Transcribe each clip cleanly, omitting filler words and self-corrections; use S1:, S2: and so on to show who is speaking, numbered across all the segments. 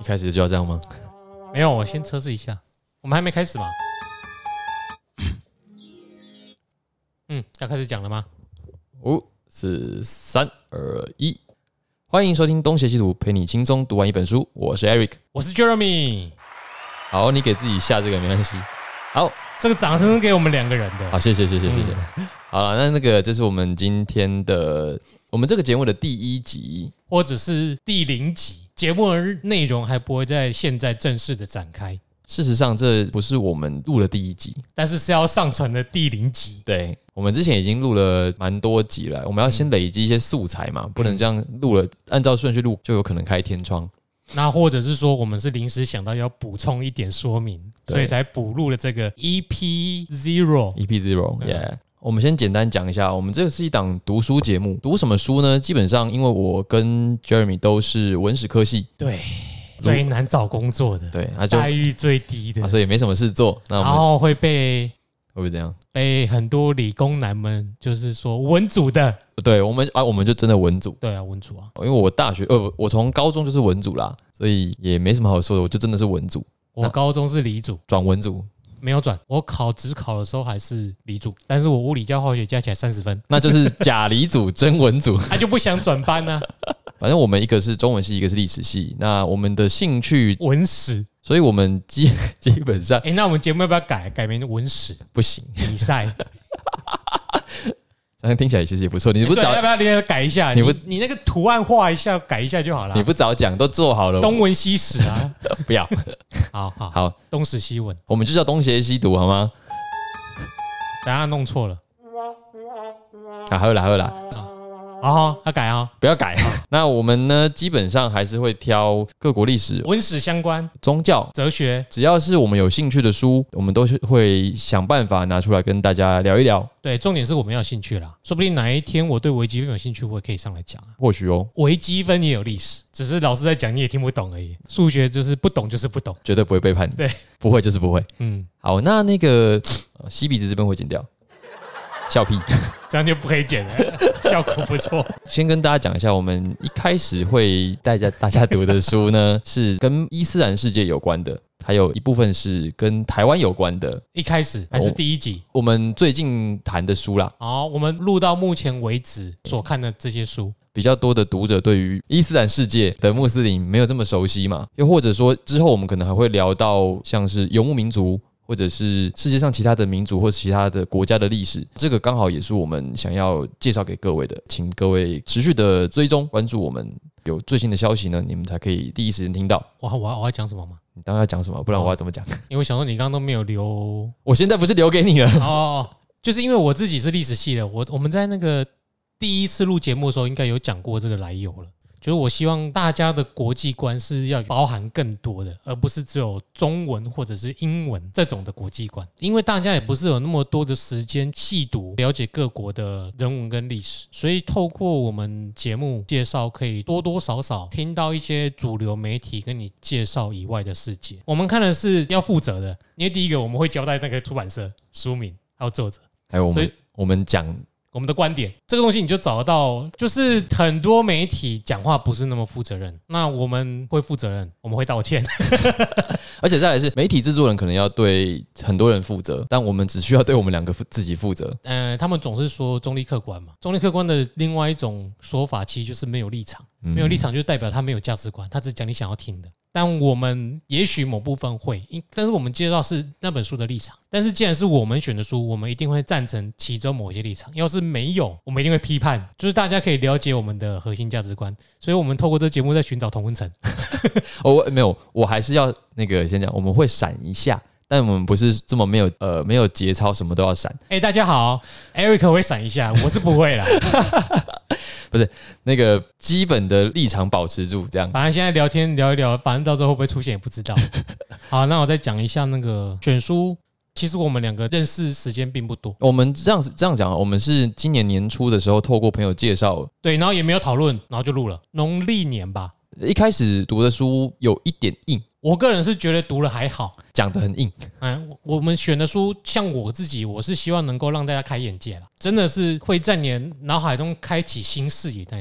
S1: 一开始就要这样吗？
S2: 没有，我先测试一下。我们还没开始嘛？要开始讲了吗
S1: 5、4、3、2、1，欢迎收听《东邪西毒》，陪你轻松读完一本书。我是 Eric，
S2: 我是 Jeremy。
S1: 好，你给自己下这个没关系。好，
S2: 这个掌声是给我们2个人的。
S1: 好，谢谢。好了，那个这是我们今天的我们这个节目的第1集，
S2: 或者是第0集，节目的内容还不会在现在正式的展开。
S1: 事实上，这不是我们录的第1集，
S2: 但是要上传的第0集。
S1: 对，我们之前已经录了蛮多集了，我们要先累积一些素材嘛，不能这样录了，按照顺序录就有可能开天窗。
S2: 那或者是说，我们是临时想到要补充一点说明，所以才补录了这个 EP0。我们先简单讲一下，我们这个是一档读书节目，读什么书呢？基本上，因为我跟 Jeremy 都是文史科系， 对。最难找工作的，
S1: 对，
S2: 待遇最低的，
S1: 所以没什么事做。
S2: 然后会被
S1: 这样？
S2: 被很多理工男们就是说文组的，
S1: 对我们就真的文组。
S2: 对啊，文组啊，
S1: 因为我大学我从高中就是文组啦，所以也没什么好说的，我就真的是文组。
S2: 我高中是理组，
S1: 转文组。
S2: 没有转，我只考的时候还是理组，但是我物理加化学加起来30分，
S1: 那就是假理组真文组，
S2: 他就不想转班啊。
S1: 反正我们一个是中文系，一个是历史系。那我们的兴趣
S2: 文史，
S1: 所以我们基本上，
S2: 那我们节目要不要改名文史？
S1: 不行，
S2: 比赛。
S1: 这样听起来其实也不错。你不早
S2: 要不要改一下？你那个图案画一下，改一下就好了。
S1: 你不早讲，都做好了。
S2: 东文西史啊，
S1: 不要。
S2: 好，东史西文，
S1: 我们就叫东邪西毒好吗？
S2: 等下弄错了。
S1: 好啦。
S2: 好，要改啊！
S1: 不要改。那我们呢，基本上还是会挑各国历史、
S2: 文史相关、
S1: 宗教、
S2: 哲学，
S1: 只要是我们有兴趣的书，我们都会想办法拿出来跟大家聊一聊。
S2: 对，重点是我们要有兴趣啦，说不定哪一天我对微积分有兴趣，我也可以上来讲啊。
S1: 或许哦，
S2: 微积分也有历史，只是老师在讲你也听不懂而已。数学就是不懂就是不懂，
S1: 绝对不会背叛你。
S2: 对，
S1: 不会就是不会。好，那个吸鼻子这边会剪掉。笑屁，
S2: 这样就不可以剪了，效果不错。
S1: 先跟大家讲一下，我们一开始会带着大家读的书呢，是跟伊斯兰世界有关的，还有一部分是跟台湾有关的。
S2: 一开始还是第1集，
S1: 我们最近谈的书啦。
S2: 我们录到目前为止所看的这些书，
S1: 比较多的读者对于伊斯兰世界的穆斯林没有这么熟悉嘛，又或者说之后我们可能还会聊到像是游牧民族，或者是世界上其他的民族或其他的国家的历史，这个刚好也是我们想要介绍给各位的，请各位持续的追踪关注我们，有最新的消息呢，你们才可以第一时间听到。
S2: 我要讲什么吗？
S1: 你当然要讲什么，不然我要怎么讲？
S2: 因为我想说你刚刚都没有留，
S1: 我现在不是留给你了
S2: 就是因为我自己是历史系的，我们在那个第1次录节目的时候应该有讲过这个来由了。就是我希望大家的国际观是要包含更多的，而不是只有中文或者是英文这种的国际观，因为大家也不是有那么多的时间细读了解各国的人文跟历史，所以透过我们节目介绍，可以多多少少听到一些主流媒体跟你介绍以外的世界。我们看的是要负责的，因为第一个我们会交代那个出版社、书名还有作者，
S1: 还有我们讲
S2: 我们的观点，这个东西你就找得到，就是很多媒体讲话不是那么负责任，那我们会负责任，我们会道歉。
S1: 而且再来是媒体制作人可能要对很多人负责，但我们只需要对我们2个自己负责。
S2: 他们总是说中立客观嘛，中立客观的另外一种说法其实就是没有立场，没有立场就代表他没有价值观，他只讲你想要听的。但我们也许某部分会，但是我们接到是那本书的立场。但是既然是我们选的书，我们一定会赞成其中某些立场。要是没有，我们一定会批判。就是大家可以了解我们的核心价值观，所以我们透过这节目在寻找同温层。
S1: 没有，我还是要先讲，我们会闪一下。但我们不是这么没有节操，什么都要闪。
S2: 大家好 ，Eric 会闪一下，我是不会啦。
S1: 不是那个基本的立场保持住，这样。
S2: 反正现在聊天聊一聊，反正到时候会不会出现也不知道。好，那我再讲一下那个选书。其实我们2个认识时间并不多。
S1: 我们这样讲，我们是今年年初的时候透过朋友介绍，
S2: 对，然后也没有讨论，然后就录了。农历年吧。
S1: 一开始读的书有一点硬，
S2: 我个人是觉得读了还好，
S1: 讲得很硬。
S2: 我们选的书，像我自己，我是希望能够让大家开眼界啦，真的是会在你的脑海中开启新视野那一种。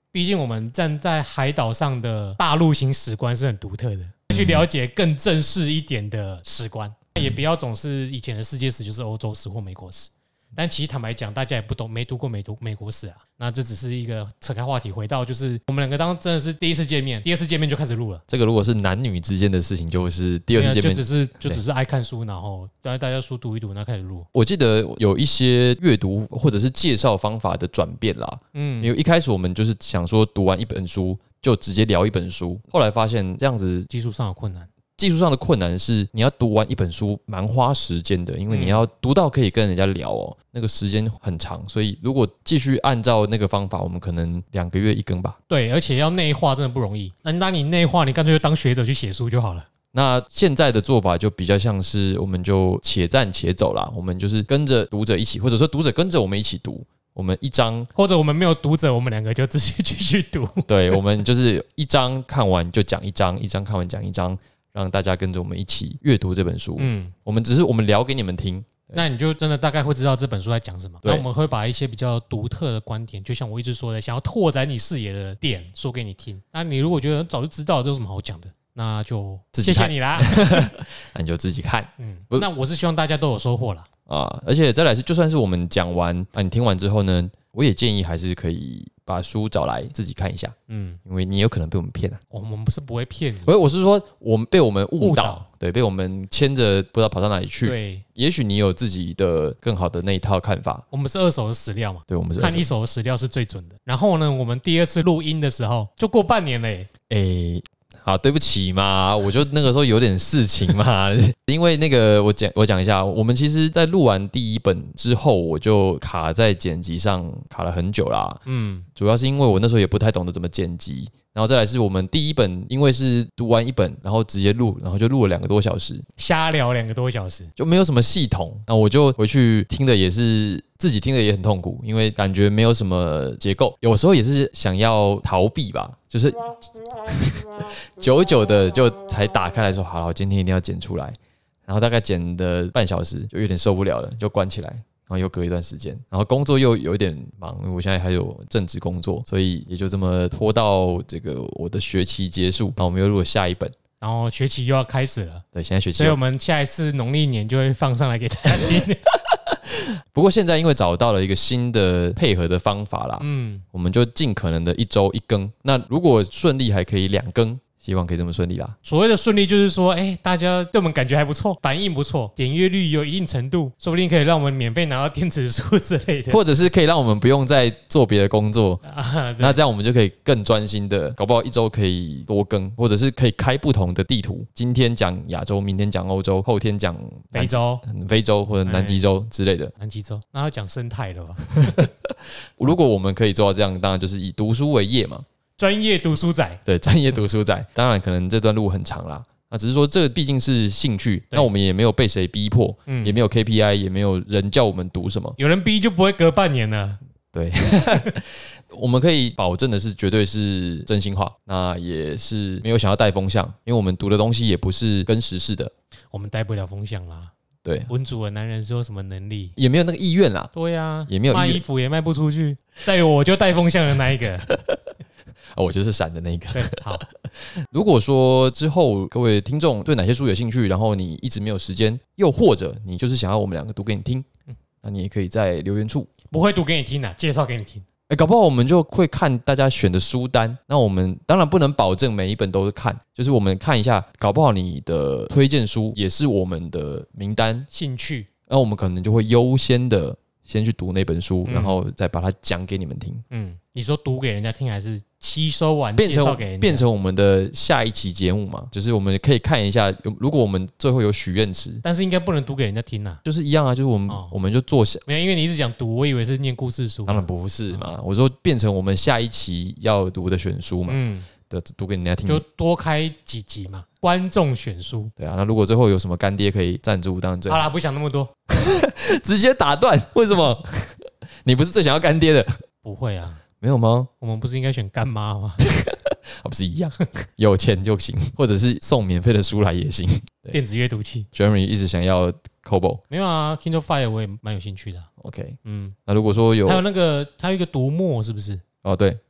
S2: 毕竟我们站在海岛上的大陆型史观是很独特的，去了解更正式一点的史观，也不要总是以前的世界史就是欧洲史或美国史。但其实坦白讲，大家也不懂，没读过美国史啊。那这只是一个扯开话题，回到就是我们两个真的是第一次见面，第二次见面就开始录了。
S1: 这个如果是男女之间的事情，就是第二次见面
S2: 就只是爱看书，然后大家书读一读，那开始录。
S1: 我记得有一些阅读或者是介绍方法的转变啦，因为一开始我们就是想说读完一本书就直接聊一本书，后来发现这样子
S2: 技术上有困难。
S1: 技术上的困难是你要读完一本书蛮花时间的，因为你要读到可以跟人家聊哦，那个时间很长，所以如果继续按照那个方法，我们可能2个月一更吧。
S2: 对，而且要内化真的不容易。那当你内化，你干脆就当学者去写书就好了。
S1: 那现在的做法就比较像是，我们就且战且走啦，我们就是跟着读者一起，或者说读者跟着我们一起读。我们一章，
S2: 或者我们没有读者，我们两个就自己继续读。
S1: 对，我们就是一章看完就讲一章，一章看完讲一章。让大家跟着我们一起阅读这本书。我们聊给你们听，
S2: 那你就真的大概会知道这本书在讲什么。那我们会把一些比较独特的观点，就像我一直说的，想要拓展你视野的点说给你听。那你如果觉得早就知道这有什么好讲的，那就谢谢你啦。
S1: 那你就自己看。
S2: 那我是希望大家都有收获啦。
S1: 而且再来是，就算是我们讲完，你听完之后呢，我也建议还是可以把书找来自己看一下，因为你有可能被我们骗啊。
S2: 我们不是不会骗你，
S1: 我是说被我们误导，对，被我们牵着不知道跑到哪里去。
S2: 对，
S1: 也许你有自己的更好的那一套看法。
S2: 我们是二手的史料嘛，
S1: 对，我们是
S2: 看一手的史料是最准的。然后呢，我们第二次录音的时候就过半年嘞。
S1: 好，对不起嘛，我就那个时候有点事情嘛，因为那个我讲一下，我们其实在录完第一本之后，我就卡在剪辑上卡了很久啦。主要是因为我那时候也不太懂得怎么剪辑，然后再来是我们第一本，因为是读完一本，然后直接录，然后就录了2个多小时，
S2: 瞎聊2个多小时，
S1: 就没有什么系统。那我就回去听的也是自己听的也很痛苦，因为感觉没有什么结构，有时候也是想要逃避吧，就是久久的就才打开来说，好了，我今天一定要剪出来，然后大概剪的半小时就有点受不了了，就关起来。然后又隔一段时间，然后工作又有一点忙，因为我现在还有正职工作，所以也就这么拖到这个我的学期结束，然后我们又录了下一本，
S2: 然后学期又要开始了。
S1: 对，现在学期，
S2: 所以我们下一次农历年就会放上来给大家听。
S1: 不过现在因为找到了一个新的配合的方法啦，我们就尽可能的1周1更。那如果顺利还可以2更。希望可以这么顺利啦。
S2: 所谓的顺利就是说，大家对我们感觉还不错，反应不错，点阅率有一定程度，说不定可以让我们免费拿到电子书之类的，
S1: 或者是可以让我们不用再做别的工作。那这样我们就可以更专心的，搞不好1周可以多更，或者是可以开不同的地图，今天讲亚洲，明天讲欧洲，后天讲非洲或者南极洲之类的。
S2: 南极洲，那要讲生态了吧？
S1: 如果我们可以做到这样，当然就是以读书为业嘛。
S2: 专业读书仔，
S1: 对，专业读书仔，当然可能这段路很长啦。那只是说，这毕竟是兴趣，那我们也没有被谁逼迫，也没有 KPI， 也没有人叫我们读什么。
S2: 有人逼就不会隔半年了。
S1: 对，我们可以保证的是，绝对是真心话，那也是没有想要带风向，因为我们读的东西也不是跟时事的，
S2: 我们带不了风向啦。
S1: 对，
S2: 文组的男人是有什么能力？
S1: 也没有那个意愿啦。
S2: 对啊，
S1: 也没有
S2: 卖衣服也卖不出去，带我就带风向的那一个。
S1: 我就是闪的那个。
S2: 对，好。
S1: 如果说之后各位听众对哪些书有兴趣，然后你一直没有时间，又或者你就是想要我们2个读给你听，那你也可以在留言处。
S2: 不会读给你听啊，介绍给你听。
S1: 搞不好我们就会看大家选的书单。那我们当然不能保证每一本都是看，就是我们看一下，搞不好你的推荐书也是我们的名单
S2: 兴趣，
S1: 那我们可能就会优先的先去读那本书，然后再把它讲给你们听。
S2: 你说读给人家听，还是吸收完介绍给人家？
S1: 变成我们的下一期节目嘛？就是我们可以看一下，如果我们最后有许愿池，
S2: 但是应该不能读给人家听啊。
S1: 就是一样啊，就是我们就做
S2: 没有，因为你一直讲读，我以为是念故事书。
S1: 当然不是嘛，我说变成我们下一期要读的选书嘛。的读给人家听，
S2: 就多开几集嘛，观众选书。
S1: 对啊，那如果最后有什么干爹可以赞助，当然最好。
S2: 好啦，不想那么多，
S1: 直接打断。为什么？你不是最想要干爹的？
S2: 不会啊，
S1: 没有吗？
S2: 我们不是应该选干妈吗？
S1: 不是一样，有钱就行，或者是送免费的书来也行。
S2: 电子阅读器
S1: ，Jeremy 一直想要 Kobo，
S2: 没有啊 ，Kindle Fire 我也蛮有兴趣的。
S1: OK，那如果说有，
S2: 还有那个，还有一个读墨是不是？
S1: 哦，对
S2: 对啊，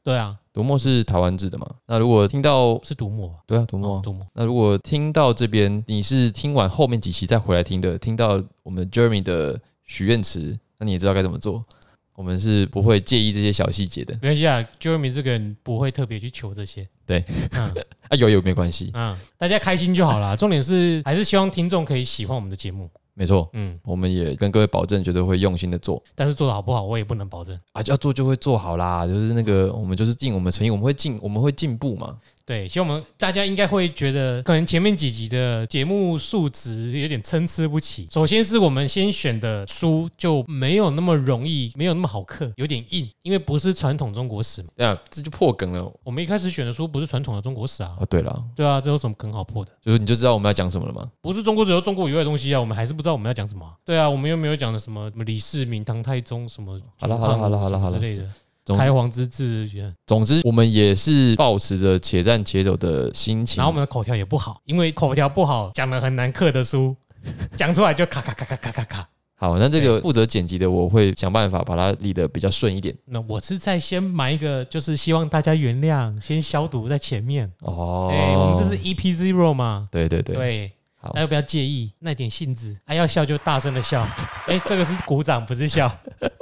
S1: 读墨是台湾制的嘛？那如果听到
S2: 是读墨吧？
S1: 对啊，读墨、
S2: 读墨。
S1: 那如果听到这边，你是听完后面几期再回来听的，听到我们 Jeremy 的许愿池，那你也知道该怎么做。我们是不会介意这些小细节的。
S2: 没关系啊 ，Jeremy 这个人不会特别去求这些。
S1: 对，有没关系。
S2: 大家开心就好啦。重点是还是希望听众可以喜欢我们的节目。
S1: 没错，我们也跟各位保证，绝对会用心的做。
S2: 但是做的好不好，我也不能保证
S1: 啊。要做就会做好啦，就是那个我们就是尽我们诚意，我们会进步嘛。
S2: 对，希望我们大家应该会觉得，可能前面几集的节目素质有点参差不齐。首先是我们先选的书就没有那么容易，没有那么好嗑，有点硬，因为不是传统中国史嘛。
S1: 对啊，这就破梗了。
S2: 我们一开始选的书不是传统的中国史啊。
S1: 对了，
S2: 对啊，这有什么梗好破的？
S1: 就是你就知道我们要讲什么了吗？
S2: 不是中国只有中国以外的东西啊，我们还是不知道我们要讲什么。对啊，我们又没有讲的什么李世民、唐太宗什么好了之类的。开皇之治，
S1: 总之我们也是抱持着且战且走的心情。
S2: 然后我们的口条也不好，因为口条不好，讲得很难嗑的书，讲出来就咔咔咔咔咔咔咔。
S1: 好，那这个负责剪辑的，我会想办法把它理得比较顺一点。
S2: 那我是在先埋一个，就是希望大家原谅，先消毒在前面。我们这是 EP0 嘛？对。大家不要介意，耐点性子。要笑就大声的笑。这个是鼓掌，不是笑。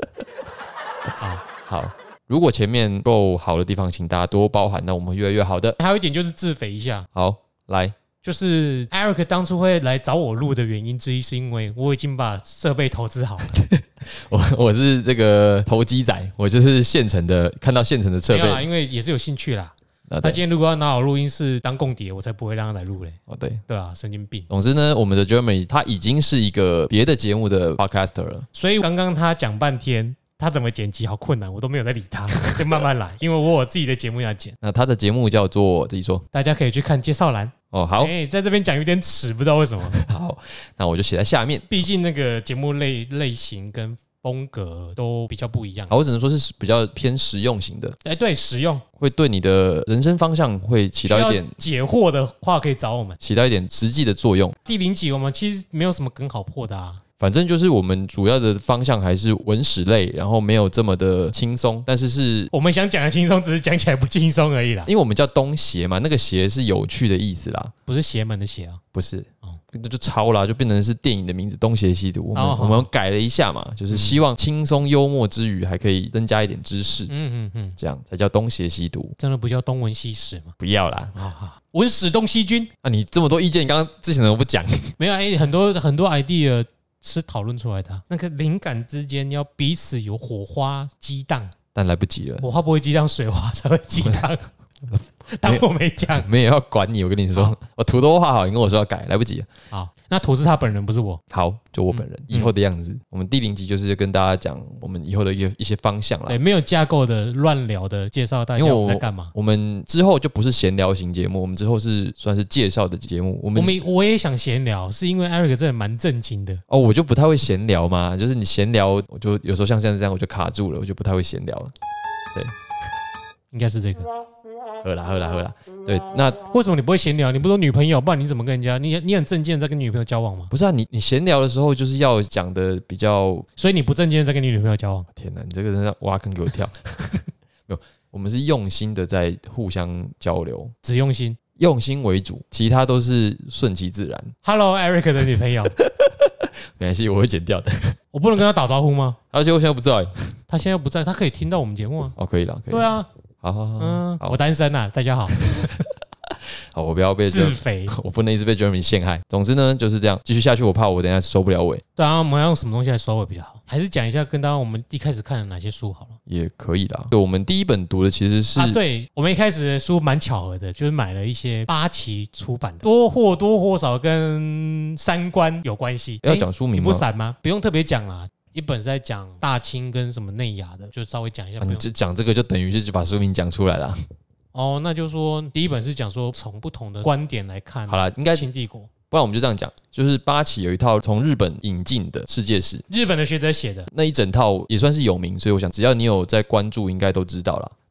S1: 好。如果前面够好的地方，请大家多包涵，那我们越来越好的。
S2: 还有一点就是自肥一下。
S1: 好，来，
S2: 就是 Eric 当初会来找我录的原因之一，是因为我已经把设备投资好了。
S1: 我是这个投机仔，我就是现成的，看到现成的设备。
S2: 没有啦，因为也是有兴趣啦。他今天如果要拿我录音室当共谍，我才不会让他来录嘞。对啊，神经病。
S1: 总之呢，我们的 Jeremy 他已经是一个别的节目的 podcaster 了，
S2: 所以刚刚他讲半天。他怎么剪辑好困难，我都没有在理他，就慢慢来，因为我有自己的节目要剪。
S1: 那他的节目叫做自己说，
S2: 大家可以去看介绍栏。
S1: 好，
S2: 在这边讲有点耻，不知道为什么。
S1: 好，那我就写在下面。
S2: 毕竟那个节目类型跟风格都比较不一样。
S1: 我只能说是比较偏实用型的。
S2: 对，实用
S1: 会对你的人生方向会起到一点
S2: 解惑的话，可以找我们，
S1: 起到一点实际的作用。
S2: 第0集我们其实没有什么梗好破的啊。
S1: 反正就是我们主要的方向还是文史类，然后没有这么的轻松，但是
S2: 我们想讲的轻松，只是讲起来不轻松而已啦。
S1: 因为我们叫东邪嘛，那个邪是有趣的意思啦，
S2: 不是邪门的邪啊，
S1: 不是，那就抄啦，就变成是电影的名字《东邪西毒》。我们改了一下嘛，就是希望轻松幽默之余，还可以增加一点知识，这样才叫东邪西毒。
S2: 真的不叫东文西史吗？
S1: 不要啦，
S2: 文史东西君
S1: 啊！你这么多意见，你刚刚之前怎么不讲？
S2: 没有，很多 idea。是讨论出来的，那个灵感之间要彼此有火花激荡，
S1: 但来不及了。
S2: 火花不会激荡，水花才会激荡。当我没讲，
S1: 没有要管你。我跟你说，我图都画好，你跟我说要改，来不及了。
S2: 好，那图是他本人，不是我。
S1: 好，就我本人以后的样子。我们第0集就是跟大家讲我们以后的一些方向啦。
S2: 对，没有架构的乱聊的介绍大家我们在干嘛。
S1: 我们之后就不是闲聊型节目，我们之后是算是介绍的节目。
S2: 我也想闲聊，是因为 Eric 真的蛮正经的。
S1: 我就不太会闲聊嘛，就是你闲聊，我就有时候像现在这样，我就卡住了，我就不太会闲聊了。对，
S2: 应该是这个。
S1: 喝啦。对，那
S2: 为什么你不会闲聊？你不是说女朋友，不然你怎么跟人家？你很正经在跟女朋友交往吗？
S1: 不是啊，你闲聊的时候就是要讲的比较，
S2: 所以你不正经在跟你女朋友交往？
S1: 天哪，你这个人在挖坑给我跳。没有，我们是用心的在互相交流，
S2: 只用心
S1: 为主，其他都是顺其自然。
S2: Hello Eric 的女朋友，
S1: 没关系，我会剪掉的。
S2: 我不能跟他打招呼吗？
S1: 而且我现在不在，
S2: 他现在不在，他可以听到我们节目啊。
S1: 可以了，
S2: 对啊。
S1: 好，
S2: 我单身啊，大家好。
S1: 好，我不要被
S2: 自肥，
S1: 我不能一直被 Jeremy 陷害。总之呢，就是这样，继续下去，我怕我等一下收不了尾。
S2: 对啊，我们要用什么东西来收尾比较好？还是讲一下跟大家我们一开始看的哪些书好了？
S1: 也可以啦。对，我们第一本读的其实是
S2: 对，我们一开始的书蛮巧合的，就是买了一些8期出版的，多或少跟三观有关系。
S1: 要讲书名吗？
S2: 你不闪吗？不用特别讲啦。一本是在讲大清跟什么内亚的，就稍微讲一下。
S1: 你讲这个就等于是把书名讲出来了。
S2: 那就是说第一本是讲说从不同的观点来看。
S1: 好啦，应该
S2: 清帝国。
S1: 不然我们就这样讲，就是8期有一套从日本引进的世界史，
S2: 日本的学者写的
S1: 那一整套也算是有名，所以我想只要你有在关注，应该都知道啦。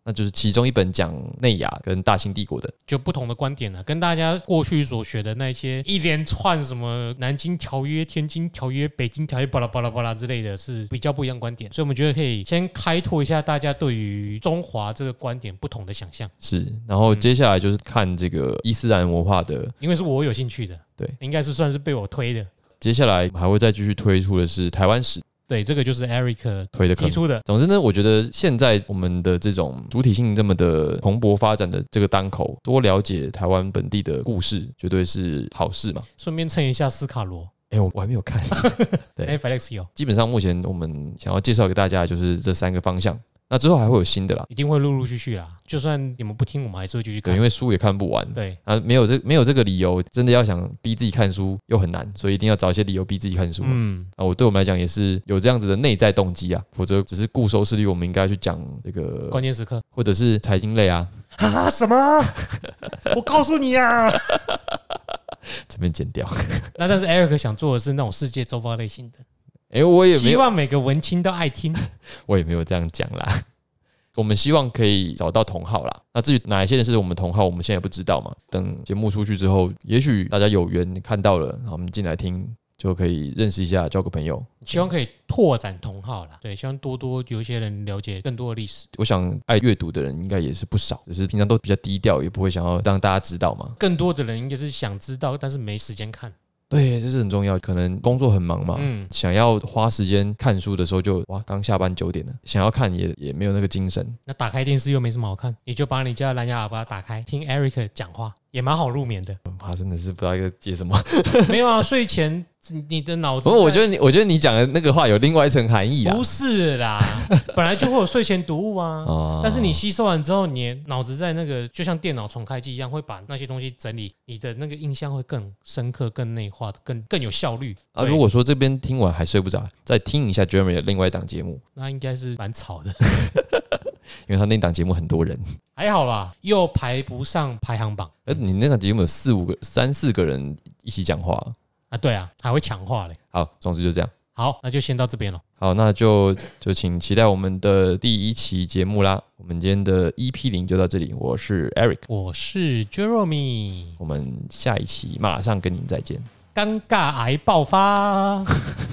S1: 那就是其中一本讲内亚跟大清帝国的，
S2: 就不同的观点了，跟大家过去所学的那些一连串什么南京条约、天津条约、北京条约巴拉巴拉巴拉之类的是比较不一样观点，所以我们觉得可以先开拓一下大家对于中华这个观点不同的想象。
S1: 是，然后接下来就是看这个伊斯兰文化的，
S2: 因为是我有兴趣的，
S1: 对，
S2: 应该是算是被我推的。
S1: 接下来还会再继续推出的是台湾史。
S2: 对，这个就是 Eric
S1: 推的
S2: 提出的。
S1: 总之呢，我觉得现在我们的这种主体性这么的蓬勃发展的这个当口，多了解台湾本地的故事，绝对是好事嘛。
S2: 顺便蹭一下斯卡罗。
S1: 我还没有看。对
S2: ，Netflix 有。
S1: 基本上目前我们想要介绍给大家的就是这3个方向。那之后还会有新的啦，
S2: 一定会陆陆续续啦。就算你们不听，我们还是会继续看。
S1: 对，因为书也看不完。
S2: 对
S1: 啊，没有这个理由，真的要想逼自己看书又很难，所以一定要找一些理由逼自己看书。对我们来讲也是有这样子的内在动机啊，否则只是固收视率，我们应该去讲这个
S2: 关键时刻，
S1: 或者是财经类啊。
S2: 什么？我告诉你啊！
S1: 这边剪掉。
S2: 那但是 Eric 想做的是那种世界周报类型的。
S1: 我也没有，
S2: 希望每个文青都爱听。
S1: 我也没有这样讲啦。我们希望可以找到同好啦。那至于哪一些人是我们同好，我们现在也不知道嘛。等节目出去之后，也许大家有缘看到了，我们进来听就可以认识一下，交个朋友。
S2: 希望可以拓展同好啦。对，希望多有一些人了解更多的历史。
S1: 我想爱阅读的人应该也是不少，只是平常都比较低调，也不会想要让大家知道嘛。
S2: 更多的人应该是想知道，但是没时间看。
S1: 对，这是很重要。可能工作很忙嘛，想要花时间看书的时候就刚下班9点了，想要看也没有那个精神。
S2: 那打开电视又没什么好看，你就把你家的蓝牙喇叭打开，听 Eric 讲话，也蛮好入眠的。
S1: 他真的是不知道一个接什么。
S2: 没有啊，睡前你的脑子……
S1: 不过我觉得你讲的那个话有另外一层含义啦。
S2: 不是啦，本来就会有睡前读物啊。但是你吸收完之后，你脑子在那个就像电脑重开机一样，会把那些东西整理，你的那个印象会更深刻、更内化、更有效率啊。
S1: 如果说这边听完还睡不着，再听一下 Jeremy 的另外一档节目，
S2: 那应该是蛮吵的。
S1: 因为他那档节目很多人，
S2: 还好啦，又排不上排行榜。
S1: 你那档节目有3、4个人一起讲话
S2: 啊？对啊，还会强化嘞。
S1: 好，总之就这样。
S2: 好，那就先到这边了。
S1: 好，那就请期待我们的第1期节目啦。我们今天的 EP0就到这里，我是 Eric，
S2: 我是 Jeremy，
S1: 我们下一期马上跟您再见。
S2: 尴尬癌爆发。